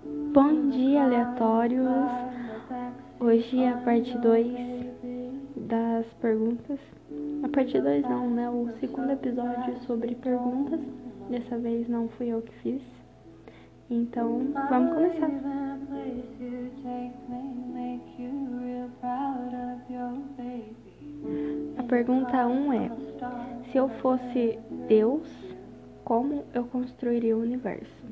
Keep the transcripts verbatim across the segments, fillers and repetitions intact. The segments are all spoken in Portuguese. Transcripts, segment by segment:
Bom dia, aleatórios! Hoje é a parte dois das perguntas. A parte dois não, né? O segundo episódio sobre perguntas. Dessa vez não fui eu que fiz. Então, vamos começar. A pergunta um é: se eu fosse Deus, como eu construiria o universo?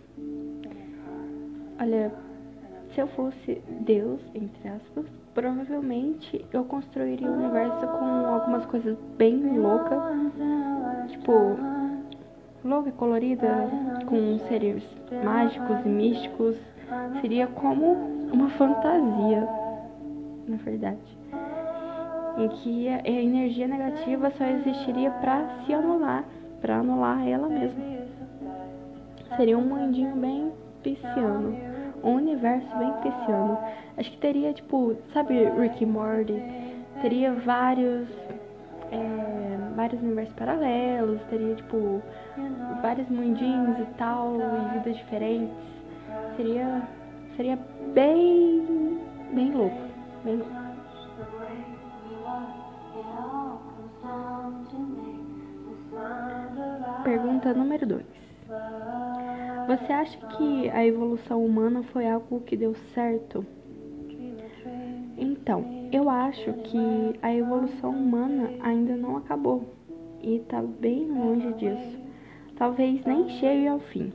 Olha, se eu fosse Deus, entre aspas, provavelmente eu construiria o universo com algumas coisas bem loucas, tipo, louca e colorida, com seres mágicos e místicos. Seria como uma fantasia, na verdade, em que a energia negativa só existiria para se anular, para anular ela mesma. Seria um mundinho bem pisciano, um universo bem pisciano. Acho que teria, tipo, sabe, Rick e Morty? Teria vários, é, vários universos paralelos, teria, tipo, vários mundinhos e tal, e vidas diferentes. Seria, seria bem, bem louco, bem louco. Pergunta número dois. Você acha que a evolução humana foi algo que deu certo? Então, eu acho que a evolução humana ainda não acabou e tá bem longe disso. Talvez nem chegue ao fim.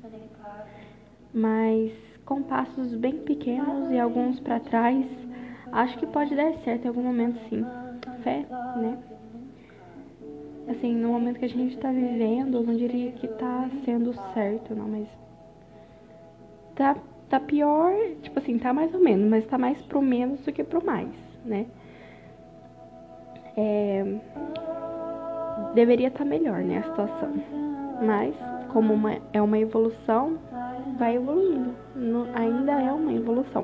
Mas com passos bem pequenos e alguns para trás, acho que pode dar certo em algum momento, sim. Fé, né? Assim, no momento que a gente tá vivendo, eu não diria que tá sendo certo, não, mas tá, tá pior, tipo assim, tá mais ou menos, mas tá mais pro menos do que pro mais, né? É, deveria estar tá melhor, né, a situação. Mas, como uma, é uma evolução, vai evoluindo. No, ainda é uma evolução.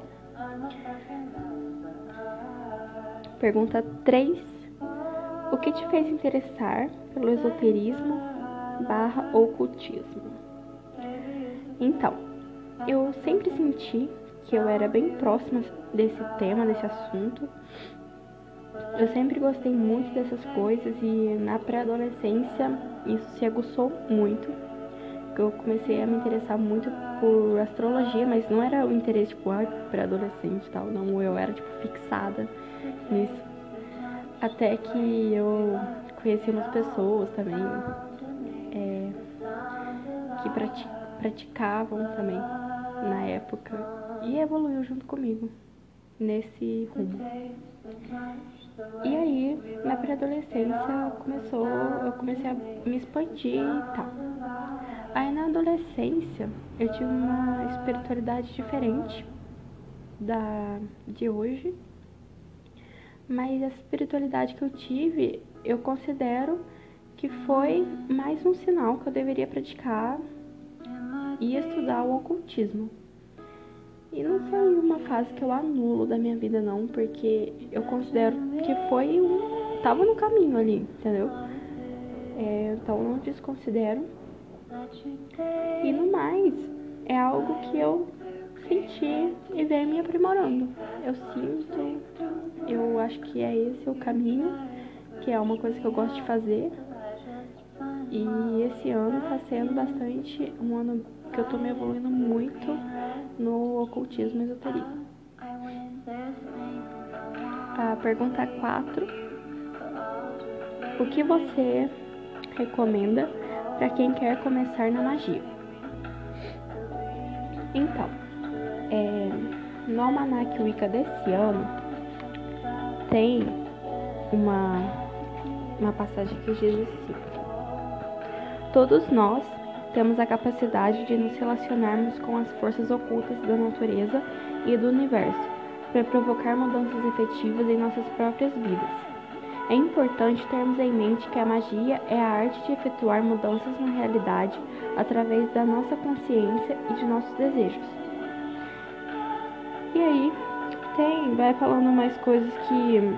Pergunta três. O que te fez interessar pelo esoterismo barra ocultismo? Então, eu sempre senti que eu era bem próxima desse tema, desse assunto. Eu sempre gostei muito dessas coisas e na pré-adolescência isso se aguçou muito. Eu comecei a me interessar muito por astrologia, mas não era o interesse tipo, ah, pré-adolescente e tal, não, eu era tipo fixada nisso. Até que eu conheci umas pessoas também é, que prati- praticavam também na época e evoluiu junto comigo nesse rumo. E aí, na pré-adolescência, começou, eu comecei a me expandir e tal. Aí na adolescência, eu tive uma espiritualidade diferente da de hoje, mas a espiritualidade que eu tive, eu considero que foi mais um sinal que eu deveria praticar e estudar o ocultismo. E não foi uma fase que eu anulo da minha vida, não, porque eu considero que foi um... tava no caminho ali, entendeu? É, então eu não desconsidero. E no mais, é algo que eu senti e veio me aprimorando. Eu sinto, eu acho que é esse o caminho, que é uma coisa que eu gosto de fazer. E esse ano tá sendo bastante um ano que eu tô me evoluindo muito no ocultismo e esoterismo. A pergunta quatro. O que você recomenda para quem quer começar na magia? Então, é, no Almanac Wicca desse ano tem uma, uma passagem que diz assim: todos nós temos a capacidade de nos relacionarmos com as forças ocultas da natureza e do universo para provocar mudanças efetivas em nossas próprias vidas. É importante termos em mente que a magia é a arte de efetuar mudanças na realidade através da nossa consciência e de nossos desejos. E aí, tem, vai falando mais coisas que,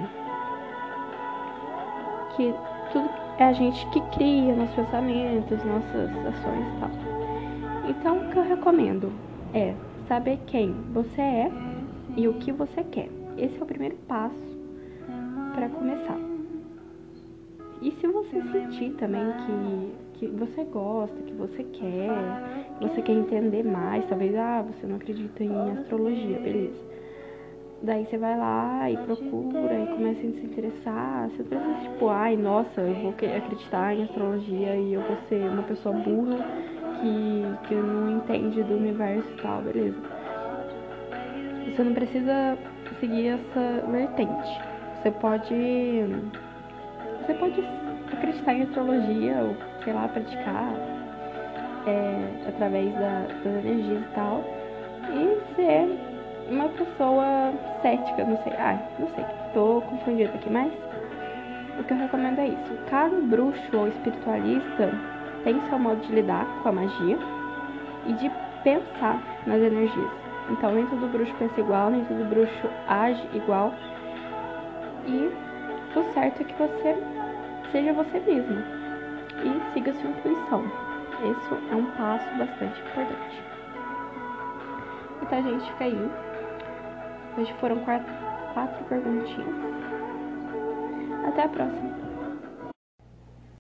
que tudo é a gente que cria nossos pensamentos, nossas ações e tal. Então, o que eu recomendo é saber quem você é e o que você quer. Esse é o primeiro passo para começar. E se você sentir também que, que você gosta, que você quer, que você quer entender mais, talvez, ah, você não acredita em astrologia, beleza. Daí você vai lá e procura e começa a se interessar. Você não precisa, tipo, ai, nossa, eu vou acreditar em astrologia e eu vou ser uma pessoa burra que, que não entende do universo e tal, beleza. Você não precisa seguir essa vertente. Você pode... Você pode acreditar em astrologia ou, sei lá, praticar é, através da, das energias e tal. E ser uma pessoa cética, não sei. Ah, não sei. Tô confundida aqui, mas o que eu recomendo é isso. Cada bruxo ou espiritualista tem seu modo de lidar com a magia e de pensar nas energias. Então, nem todo bruxo pensa igual, nem todo bruxo age igual. E o certo é que você seja você mesmo e siga sua intuição. Esse é um passo bastante importante. Então, gente, fica aí. Hoje foram quatro, quatro perguntinhas. Até a próxima.